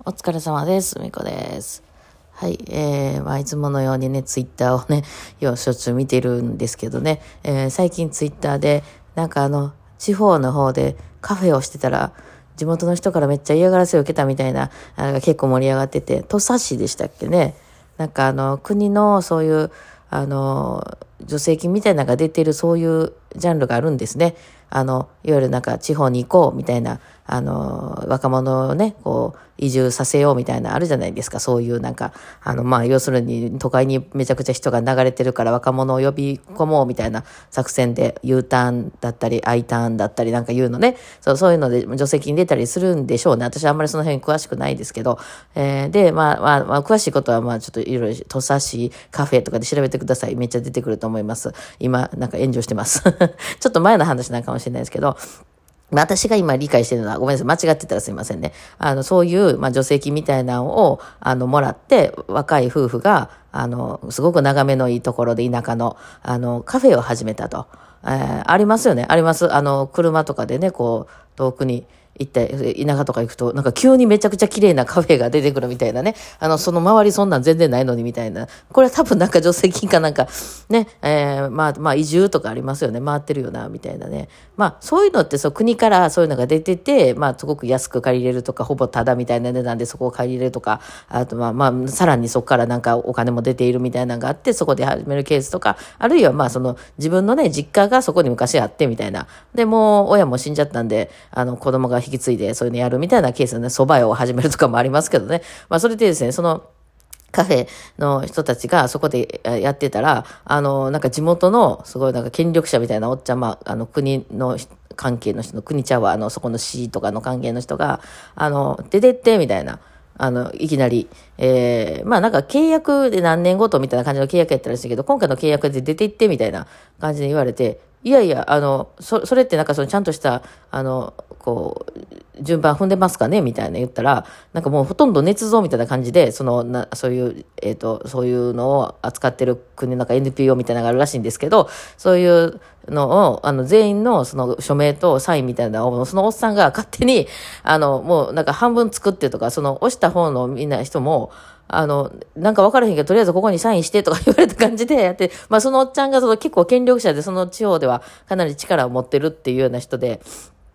お疲れ様です。みこです。はい。いつものようにね、ツイッターをね、しょっちゅう見てるんですけどね、最近ツイッターで、地方の方でカフェをしてたら、地元の人からめっちゃ嫌がらせを受けたみたいな、結構盛り上がってて、土佐市でしたっけね。国のそういう、助成金みたいなのが出てるそういうジャンルがあるんですね。いわゆる地方に行こうみたいな、若者をね、移住させようみたいなあるじゃないですか。そういう要するに都会にめちゃくちゃ人が流れてるから若者を呼び込もうみたいな作戦で U ターンだったり I ターンだったり言うのね。そういうので助成金出たりするんでしょうね。私はあんまりその辺詳しくないですけど。詳しいことはちょっといろいろ土佐市カフェとかで調べてください。めっちゃ出てくると思います。今、炎上してます。ちょっと前の話なんかもしれないですけど、私が今理解しているのは、ごめんなさい、間違ってたらすいませんね。そういう、助成金みたいなのを、もらって、若い夫婦が、すごく眺めのいいところで田舎の、カフェを始めたと。ありますよね。あります。車とかでね、遠くに行って、田舎とか行くと、急にめちゃくちゃ綺麗なカフェが出てくるみたいなね。その周りそんなん全然ないのにみたいな。これは多分助成金かね、移住とかありますよね。回ってるよな、みたいなね。そういうのって国からそういうのが出てて、すごく安く借りれるとか、ほぼタダみたいな値段でそこを借りれるとか、あとさらにそこからお金も出ているみたいなのがあって、そこで始めるケースとか、あるいは自分のね、実家がそこに昔あってみたいな。で、もう親も死んじゃったんで、子供が引き継いでそういうのやるみたいなケースでね、蕎麦屋を始めるとかもありますけどね。それでですね、その、カフェの人たちがそこでやってたら、地元のすごい権力者みたいなおっちゃん、国の関係の人の国ちゃうわ、そこの市とかの関係の人が、出てってみたいな。いきなり、契約で何年ごとみたいな感じの契約やったらしいけど、今回の契約で出て行ってみたいな感じで言われて、いやいや、それってちゃんとした、順番踏んでますかねみたいな言ったら、もうほとんど捏造みたいな感じで、そういう、そういうのを扱ってる国NPO みたいなのがあるらしいんですけど、そういうのを、全員のその署名とサインみたいなのを、そのおっさんが勝手に、もう半分作ってとか、押した方のみんな人も、分からへんけど、とりあえずここにサインしてとか言われた感じでやって、そのおっちゃんが結構権力者で、その地方ではかなり力を持ってるっていうような人で、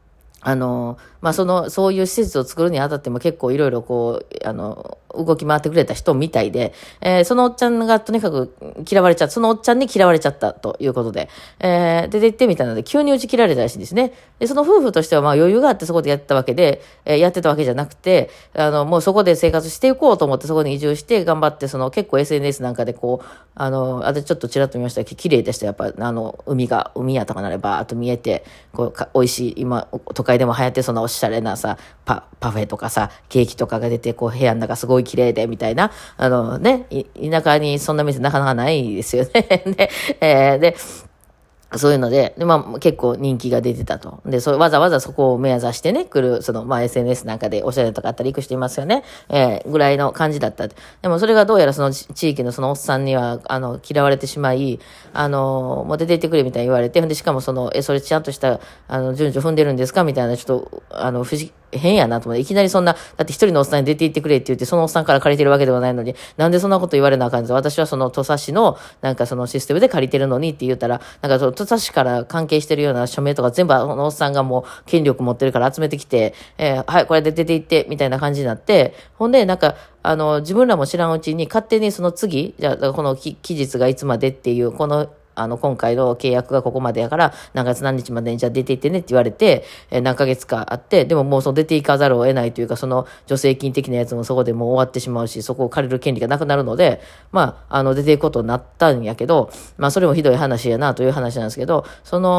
そういう施設を作るにあたっても結構いろいろ動き回ってくれた人みたいで、そのおっちゃんがとにかく嫌われちゃった、そのおっちゃんに嫌われちゃったということで、出て行ってみたので急に打ち切られたらしいんですね。で、その夫婦としては余裕があってそこでやってたわけで、やってたわけじゃなくて、もうそこで生活していこうと思ってそこに移住して頑張って、結構 SNS なんかで私ちょっとちらっと見ましたけど、綺麗でした。やっぱ、海やとかなればーっと見えて、美味しい、今、都会でも流行ってそのおしゃれなさ、パフェとかさ、ケーキとかが出て、部屋の中すごい綺麗で、みたいな、田舎にそんな店なかなかないですよね。で、そういうので、結構人気が出てたと。で、わざわざそこを目指してね、来る、SNS なんかでおしゃれとかあったり行く人いますよね。ぐらいの感じだった。でもそれがどうやらその地域のそのおっさんには、嫌われてしまい、もう出て行ってくれみたいに言われて、で、しかもそれちゃんとした、順序踏んでるんですかみたいな、ちょっと、変やなと思って、いきなりそんな、だって一人のおっさんに出て行ってくれって言って、そのおっさんから借りてるわけではないのに、なんでそんなこと言われなあかんんです。私はその土佐市の、そのシステムで借りてるのにって言ったら、土佐市から関係してるような署名とか全部、そのおっさんがもう権力持ってるから集めてきて、はい、これで出て行って、みたいな感じになって、ほんで、自分らも知らんうちに勝手にその次、じゃあ、この期日がいつまでっていう、今回の契約がここまでやから、何月何日までにじゃあ出て行ってねって言われて、何ヶ月かあって、でももう出て行かざるを得ないというか、その助成金的なやつもそこでもう終わってしまうし、そこを借りる権利がなくなるので、出て行くことになったんやけど、それもひどい話やなという話なんですけど、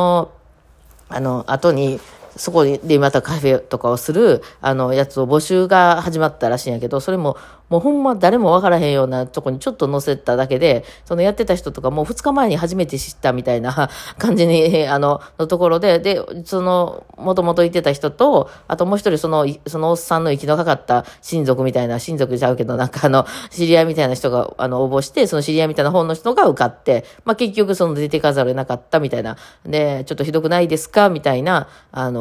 後に、そこでまたカフェとかをする、やつを募集が始まったらしいんやけど、それも、もうほんま誰もわからへんようなとこにちょっと載せただけで、やってた人とかもう2日前に初めて知ったみたいな感じに、のところで、もともと言ってた人と、あともう一人そのおっさんの息のかかった親族みたいな、親族ちゃうけど、知り合いみたいな人が、応募して、その知り合いみたいな方の人が受かって、結局出てかざるを得なかったみたいな、で、ちょっとひどくないですかみたいな、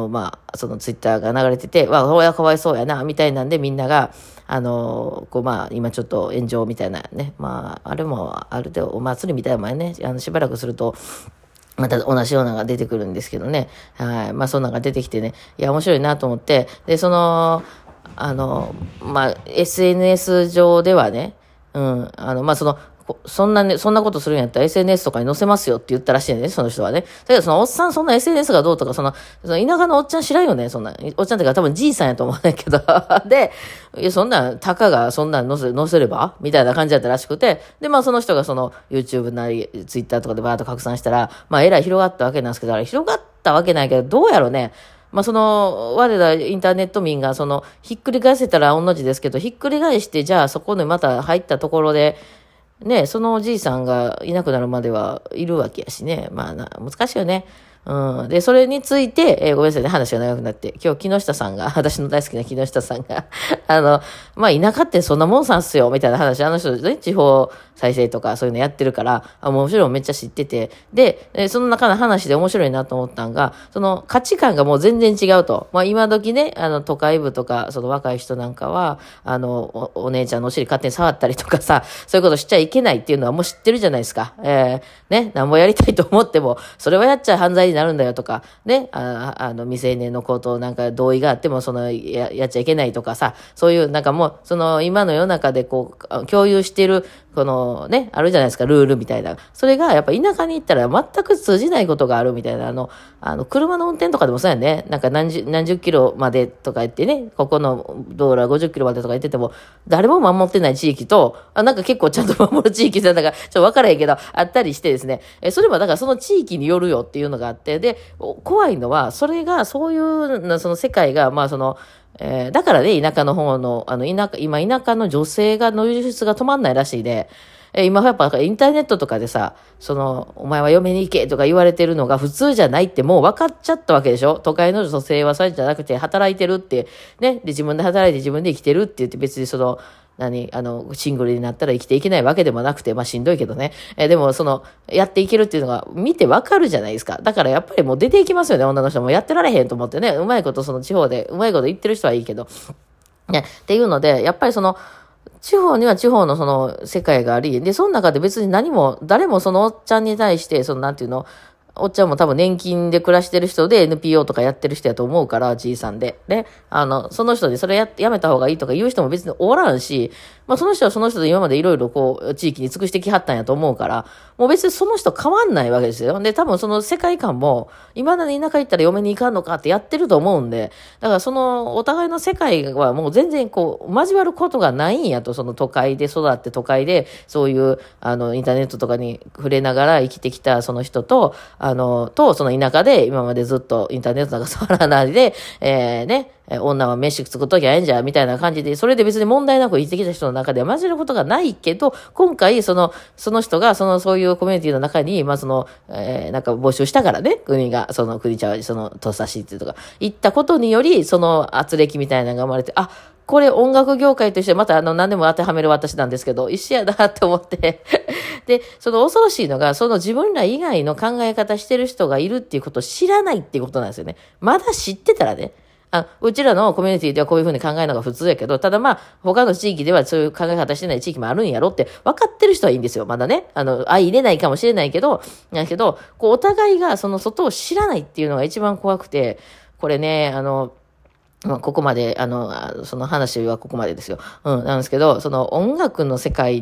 そのツイッターが流れてて、親かわいそうやな、みたいなんでみんなが、今ちょっと炎上みたいなね、あれも、あるでお祭りみたいな前ね、しばらくすると、また同じようなのが出てくるんですけどね。はい。そんなのが出てきてね。いや、面白いなと思って。で、SNS 上ではね、そんなことするんやったら SNS とかに載せますよって言ったらしいね、その人はね。だけどそのおっさんそんな SNS がどうとか、その田舎のおっちゃん知らんよね、そんな。おっちゃんってか多分じいさんやと思うんだけど。で、そんな、たかがそんな載せればみたいな感じだったらしくて。で、その人がその YouTube なり Twitter とかでバーッと拡散したら、えらい広がったわけなんですけど、あれ広がったわけないけど、どうやろうね。我らインターネット民が、ひっくり返せたら同じですけど、ひっくり返して、じゃあそこにまた入ったところで、ね、そのおじいさんがいなくなるまではいるわけやしね。難しいよね。で、それについて、ごめんなさいね、話が長くなって。今日、木下さんが、私の大好きな木下さんが、田舎ってそんなもんさんっすよ、みたいな話、あの人ね、地方再生とかそういうのやってるから、もちろんめっちゃ知ってて、で、その中の話で面白いなと思ったんが、その価値観がもう全然違うと。今時ね、都会部とか、その若い人なんかは、お姉ちゃんのお尻勝手に触ったりとかさ、そういうことしちゃいけないっていうのはもう知ってるじゃないですか。なんぼやりたいと思っても、それはやっちゃ犯罪になるんだよとか、ね、未成年の子となんか同意があっても、やっちゃいけないとかさ、そういうなんかもう、今の世の中で共有している、あるじゃないですか、ルールみたいな。それが、やっぱ田舎に行ったら全く通じないことがあるみたいな、車の運転とかでもそうやね。なんか何十キロまでとか言ってね、ここの道路は50キロまでとか言ってても、誰も守ってない地域と、なんか結構ちゃんと守る地域なんだから、ちょっと分からへんけど、あったりしてですね、それはだからその地域によるよっていうのがあって、で、怖いのは、それが、そういうその世界が、だからね、田舎の方の、今田舎の女性の輸出が止まんないらしいで、今やっぱインターネットとかでさ、お前は嫁に行けとか言われてるのが普通じゃないってもう分かっちゃったわけでしょ。都会の女性はそれじゃなくて働いてるって、ね、で自分で働いて自分で生きてるって言って別にシングルになったら生きていけないわけでもなくて、しんどいけどね。でもやっていけるっていうのが見てわかるじゃないですか。だからやっぱりもう出ていきますよね、女の人も。やってられへんと思ってね。うまいこと地方で、うまいこと言ってる人はいいけど。ね、っていうので、やっぱり地方には地方の世界があり、で、その中で別に誰もそのおっちゃんに対して、なんていうの、おっちゃんも多分年金で暮らしてる人で NPO とかやってる人やと思うから、じいさんで。ね。その人でそれやめた方がいいとか言う人も別におらんし、その人はその人で今までいろいろ地域に尽くしてきはったんやと思うから、もう別にその人変わんないわけですよ。で、多分その世界観も、今まで田舎行ったら嫁に行かんのかってやってると思うんで、だからお互いの世界はもう全然交わることがないんやと、都会で育って都会で、そういう、インターネットとかに触れながら生きてきたその人と、その田舎で今までずっとインターネットなんか触らないで、女は飯作っときゃええんじゃ、みたいな感じで、それで別に問題なく生きてきた人の中では混じることがないけど、今回、その人が、そういうコミュニティの中に、なんか募集したからね、国が、国ちゃう、土佐市っていうとか、行ったことにより、圧力みたいなのが生まれて、これ音楽業界としてまた何でも当てはめる私なんですけど、一緒やなって思って。で、恐ろしいのが、自分ら以外の考え方してる人がいるっていうことを知らないっていうことなんですよね。まだ知ってたらね。うちらのコミュニティではこういうふうに考えるのが普通やけど、ただ他の地域ではそういう考え方してない地域もあるんやろって分かってる人はいいんですよ。まだね。相入れないかもしれないけど、お互いが外を知らないっていうのが一番怖くて、これね、ここまで、その話はここまでですよ。なんですけど、音楽の世界って、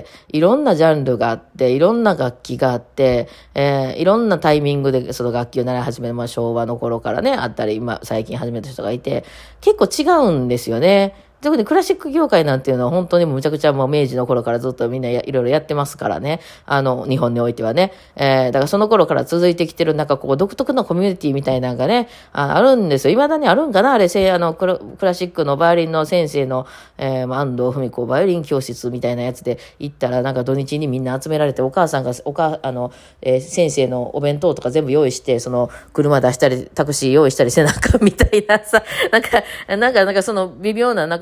いろんなジャンルがあって、いろんな楽器があって、いろんなタイミングでその楽器を習い始める、昭和の頃からね、あったり、最近始めた人がいて、結構違うんですよね。特にクラシック業界なんていうのは本当にむちゃくちゃもう明治の頃からずっとみんないろいろやってますからね。日本においてはね。だからその頃から続いてきてる独特のコミュニティみたいなのがね、あるんですよ。未だにあるんかなあれ、クラシックのバイオリンの先生の、安藤文子バイオリン教室みたいなやつで行ったら土日にみんな集められてお母さんが、先生のお弁当とか全部用意して、車出したり、タクシー用意したりせなあかんみたいなさ、微妙な、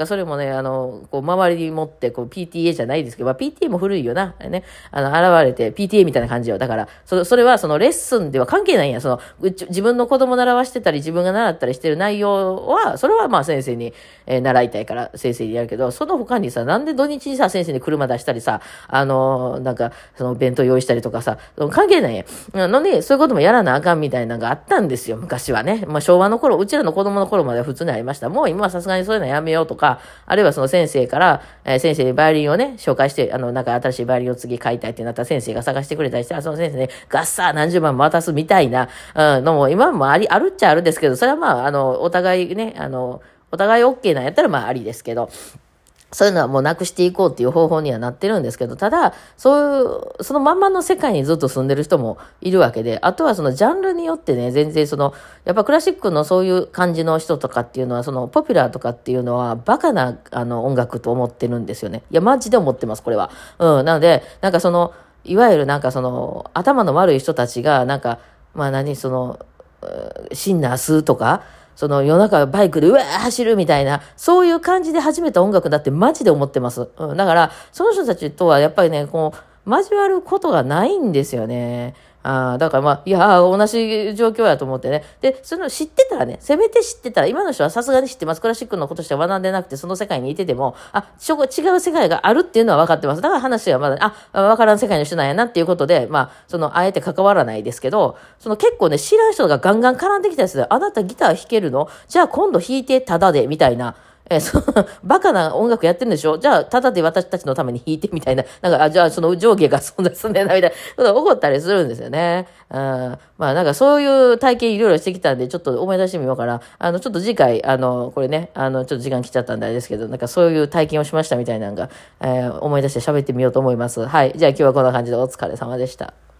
それもね、こう、周りに持って、こう、PTA じゃないですけど、まあ、PTA も古いよな。ね。現れて、PTA みたいな感じよ。だから、それはそのレッスンでは関係ないんや。自分の子供習わしてたり、自分が習ったりしてる内容は、それはまあ先生に、習いたいから先生にやるけど、その他にさ、なんで土日にさ、先生に車出したりさ、なんか、その弁当用意したりとかさ、関係ないや。のに、そういうこともやらなあかんみたいなのがあったんですよ、昔はね。まあ昭和の頃、うちらの子供の頃までは普通にありました。もう今はさすがにそういうのやめようとか、あるいはその先生から、先生にバイオリンをね、紹介して、なんか新しいバイオリンを次買いたいってなったら先生が探してくれたりして、その先生ね、ガッサー何十万も渡すみたいな、のも今もあるっちゃあるんですけど、それはまあ、お互いね、お互い OK なんやったらまあありですけど、そういうのはもうなくしていこうっていう方法にはなってるんですけど、ただ、そのまんまの世界にずっと住んでる人もいるわけで、あとはそのジャンルによってね、全然やっぱクラシックのそういう感じの人とかっていうのは、ポピュラーとかっていうのは、バカな、音楽と思ってるんですよね。いや、マジで思ってます、これは。なので、なんかいわゆるなんか頭の悪い人たちが、なんか、まあシンナー吸うとか、夜中バイクでうわー走るみたいな、そういう感じで始めた音楽だってマジで思ってます。だから、その人たちとはやっぱりね、こう、交わることがないんですよね。だからまあ、いや、同じ状況やと思ってね。で、知ってたらね、せめて知ってたら、今の人はさすがに知ってます。クラシックのことして学んでなくて、その世界にいてても、違う世界があるっていうのは分かってます。だから話はまだ、分からん世界の人なんやなっていうことで、まあ、あえて関わらないですけど、結構ね、知らん人がガンガン絡んできたやつで、あなたギター弾けるの？じゃあ今度弾いてタダで、みたいな。バカな音楽やってるんでしょ？じゃあ、ただで私たちのために弾いてみたいな。なんか、じゃあその上下がそんなすんねんな、みたいなことが起こったりするんですよね。まあなんかそういう体験いろいろしてきたんで、ちょっと思い出してみようかな。ちょっと次回、これね、ちょっと時間来ちゃったんであれですけど、なんかそういう体験をしましたみたいなのが、思い出して喋ってみようと思います。はい。じゃあ今日はこんな感じでお疲れ様でした。